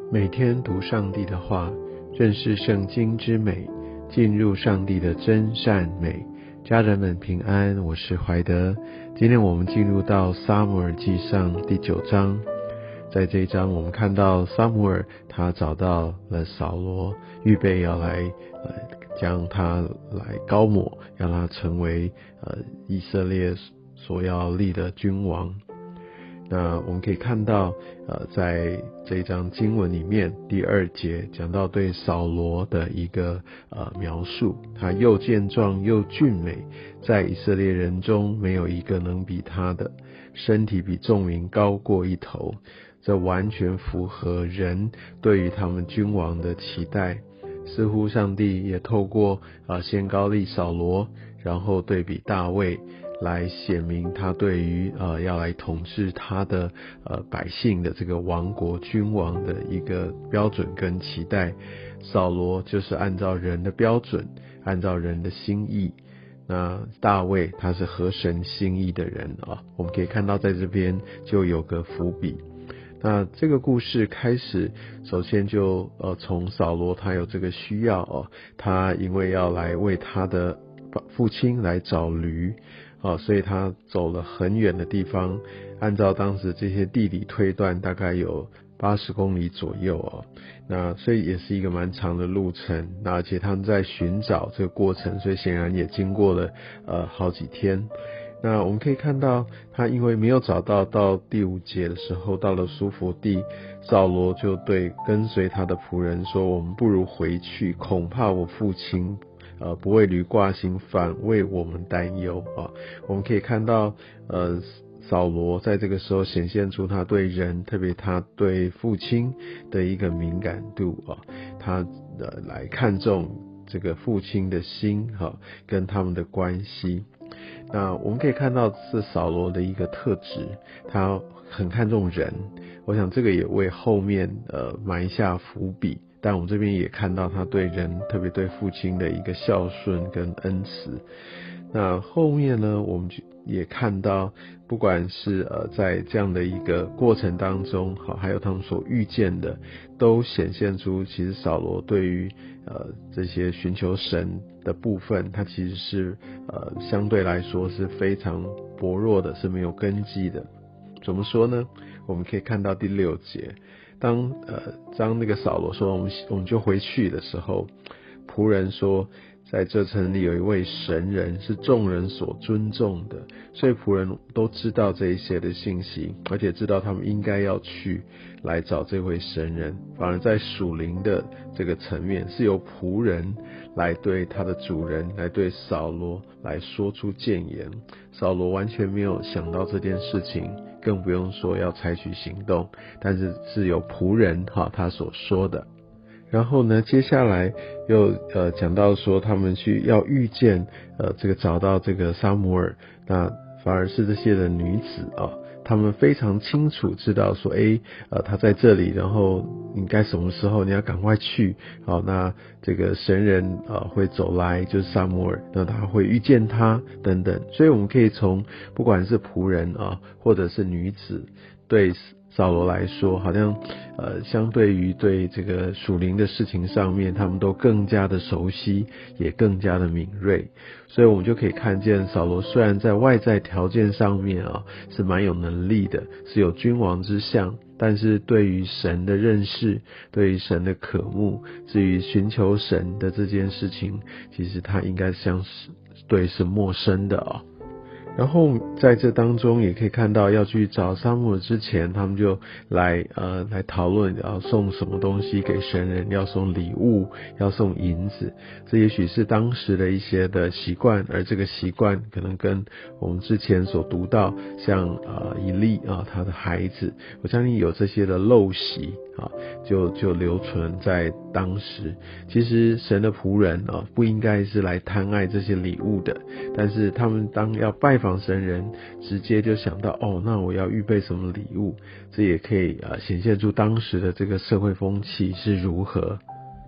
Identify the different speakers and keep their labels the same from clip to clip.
Speaker 1: 每天读上帝的话，认识圣经之美，进入上帝的真善美。家人们平安，我是怀德。今天我们进入到撒母耳记上第9章。在这一章我们看到撒母耳他找到了扫罗，预备要来将他来膏抹，让他成为以色列所要立的君王。那我们可以看到在这一章经文里面第2节讲到对扫罗的一个描述，他又健壮又俊美，在以色列人中没有一个能比他的，身体比众民高过一头，这完全符合人对于他们君王的期待。似乎上帝也透过先膏立扫罗，然后对比大卫，来显明他对于要来统治他的百姓的这个王国君王的一个标准跟期待。扫罗就是按照人的标准，按照人的心意，那大卫他是合神心意的人我们可以看到在这边就有个伏笔。那这个故事开始，首先就从扫罗他有这个需要他因为要来为他的父亲来找驴所以他走了很远的地方，按照当时这些地理推断大概有80公里左右那所以也是一个蛮长的路程，那而且他们在寻找这个过程，所以显然也经过了好几天。那我们可以看到他因为没有找到，到第5节的时候到了苏弗地，扫罗就对跟随他的仆人说，我们不如回去，恐怕我父亲不为驴挂心，反为我们担忧我们可以看到扫罗在这个时候显现出他对人，特别他对父亲的一个敏感度他来看重这个父亲的心跟他们的关系。那我们可以看到是扫罗的一个特质，他很看重人，我想这个也为后面埋下伏笔。但我们这边也看到他对人，特别对父亲的一个孝顺跟恩慈。那后面呢，我们也看到不管是在这样的一个过程当中还有他们所遇见的，都显现出其实扫罗对于这些寻求神的部分，他其实是相对来说是非常薄弱的，是没有根基的。怎么说呢？我们可以看到第6节，当那个扫罗说我们就回去的时候，仆人说在这城里有一位神人，是众人所尊重的，所以仆人都知道这一些的信息，而且知道他们应该要去来找这位神人。反而在属灵的这个层面，是由仆人来对他的主人，来对扫罗来说出谏言。扫罗完全没有想到这件事情，更不用说要采取行动，但是是由仆人他所说的。然后呢，接下来又讲到说他们去要遇见这个找到这个撒母耳，那反而是这些的女子他们非常清楚知道说他在这里，然后应该什么时候你要赶快去那这个神人会走来，就是撒母耳，那他会遇见他等等。所以我们可以从不管是仆人或者是女子，对扫罗来说，好像相对于对这个属灵的事情上面，他们都更加的熟悉，也更加的敏锐。所以我们就可以看见扫罗虽然在外在条件上面是蛮有能力的，是有君王之相，但是对于神的认识，对于神的渴慕，至于寻求神的这件事情，其实他应该像是陌生的然后在这当中也可以看到，要去找撒母耳之前，他们就来讨论要送什么东西给神人，要送礼物，要送银子。这也许是当时的一些的习惯，而这个习惯可能跟我们之前所读到，像以利他的孩子，我相信有这些的陋习就留存在当时。其实神的仆人不应该是来贪爱这些礼物的，但是他们当要拜访神人，直接就想到那我要预备什么礼物，这也可以显现出当时的这个社会风气是如何。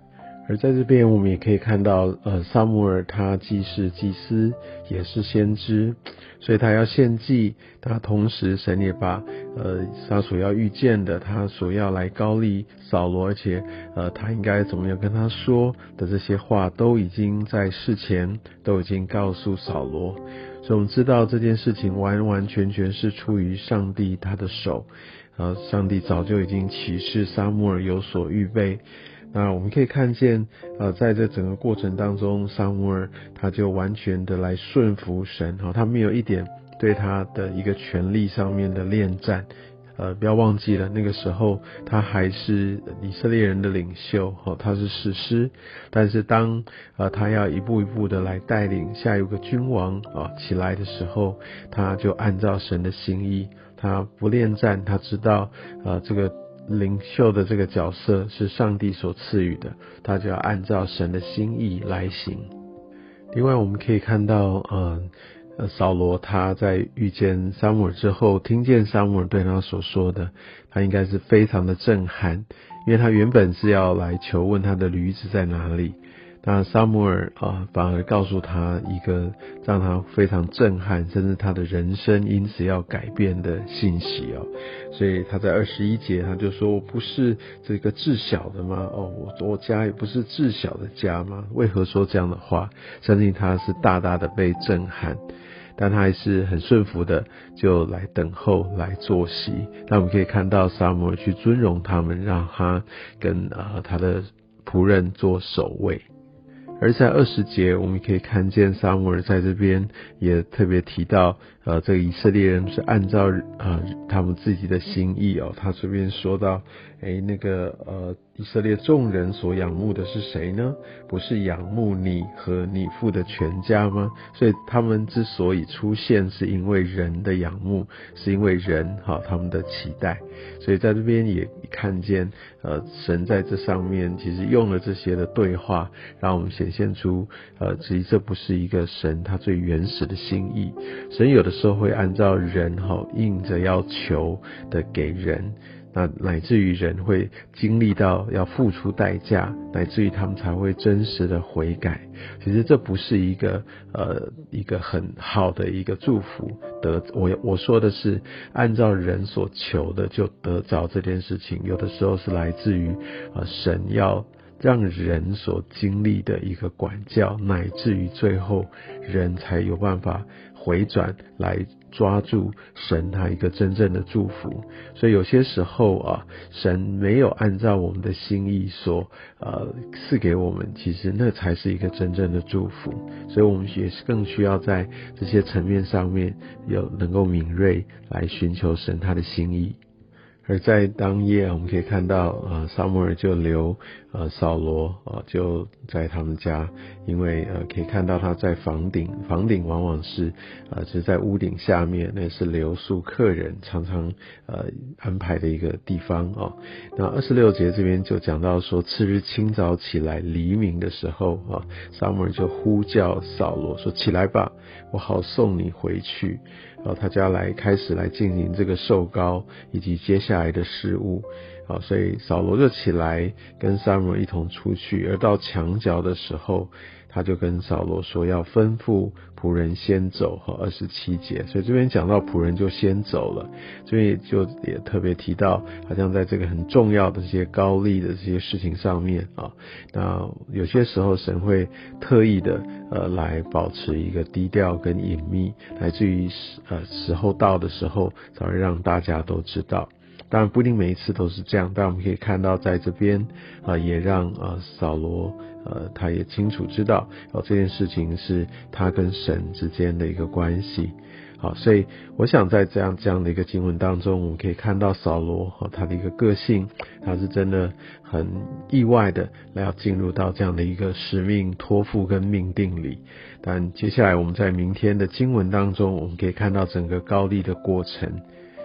Speaker 1: 而在这边我们也可以看到撒母耳他既是祭司也是先知，所以他要献祭，他同时神也把他所要遇见的，他所要来膏立扫罗，而且他应该怎么样跟他说的这些话都已经在事前都已经告诉扫罗，所以我们知道这件事情完完全全是出于上帝他的手，上帝早就已经启示撒母耳有所预备。那我们可以看见在这整个过程当中，撒母耳他就完全的来顺服神，他没有一点对他的一个权力上面的恋战。不要忘记了，那个时候他还是以色列人的领袖，他是士师，但是当他要一步一步的来带领下一个君王起来的时候，他就按照神的心意，他不恋战，他知道这个领袖的这个角色是上帝所赐予的，他就要按照神的心意来行。另外我们可以看到扫罗他在遇见撒母耳之后，听见撒母耳对他所说的，他应该是非常的震撼，因为他原本是要来求问他的驴子在哪里，那撒母耳反而告诉他一个让他非常震撼，甚至他的人生因此要改变的信息所以他在21节他就说，我不是这个至小的吗？我家也不是至小的家吗？为何说这样的话？相信他是大大的被震撼，但他还是很顺服的就来等候来坐席。那我们可以看到撒母耳去尊荣他们，让他跟他的仆人做守卫。而在20节我们可以看见撒母耳在这边也特别提到这个以色列人是按照他们自己的心意他这边说到以色列众人所仰慕的是谁呢？不是仰慕你和你父的全家吗？所以他们之所以出现，是因为人的仰慕，是因为人他们的期待。所以在这边也看见神在这上面其实用了这些的对话，让我们显现出其实这不是一个神他最原始的心意。神有的时候会按照人硬着要求的给人，那乃至于人会经历到要付出代价，乃至于他们才会真实的悔改。其实这不是一个很好的一个祝福。我说的是按照人所求的就得着这件事情，有的时候是来自于神要让人所经历的一个管教，乃至于最后人才有办法回转来抓住神他一个真正的祝福。所以有些时候神没有按照我们的心意所赐给我们，其实那才是一个真正的祝福。所以我们也是更需要在这些层面上面能够敏锐来寻求神他的心意。而在当夜我们可以看到撒母耳就留扫罗就在他们家，因为可以看到他在房顶往往是就是在屋顶下面，那是留宿客人常常安排的一个地方那26节这边就讲到说，次日清早起来黎明的时候撒母耳就呼叫扫罗说，起来吧，我好送你回去。他就要开始来进行这个受膏以及接下来的事务。所以扫罗就起来跟撒母耳一同出去，而到墙角的时候，他就跟扫罗说要吩咐仆人先走27节。所以这边讲到仆人就先走了，所以就也特别提到好像在这个很重要的这些膏立的这些事情上面那有些时候神会特意的来保持一个低调跟隐秘，来自于时候到的时候才会让大家都知道。当然不一定每一次都是这样，但我们可以看到在这边也让扫罗他也清楚知道这件事情是他跟神之间的一个关系。所以我想在这样的一个经文当中，我们可以看到扫罗他的一个个性，他是真的很意外的要进入到这样的一个使命托付跟命定里。但接下来我们在明天的经文当中，我们可以看到整个膏立的过程，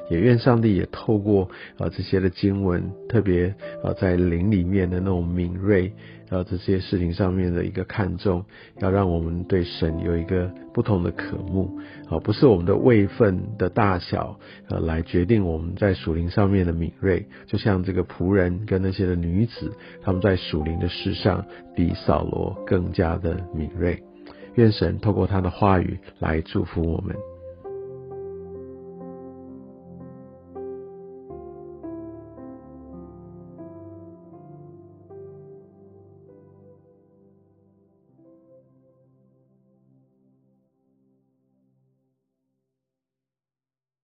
Speaker 1: 也愿上帝也透过这些的经文，特别在灵里面的那种敏锐，这些事情上面的一个看重，要让我们对神有一个不同的渴慕，不是我们的位分的大小来决定我们在属灵上面的敏锐，就像这个仆人跟那些的女子，他们在属灵的事上比扫罗更加的敏锐。愿神透过他的话语来祝福我们。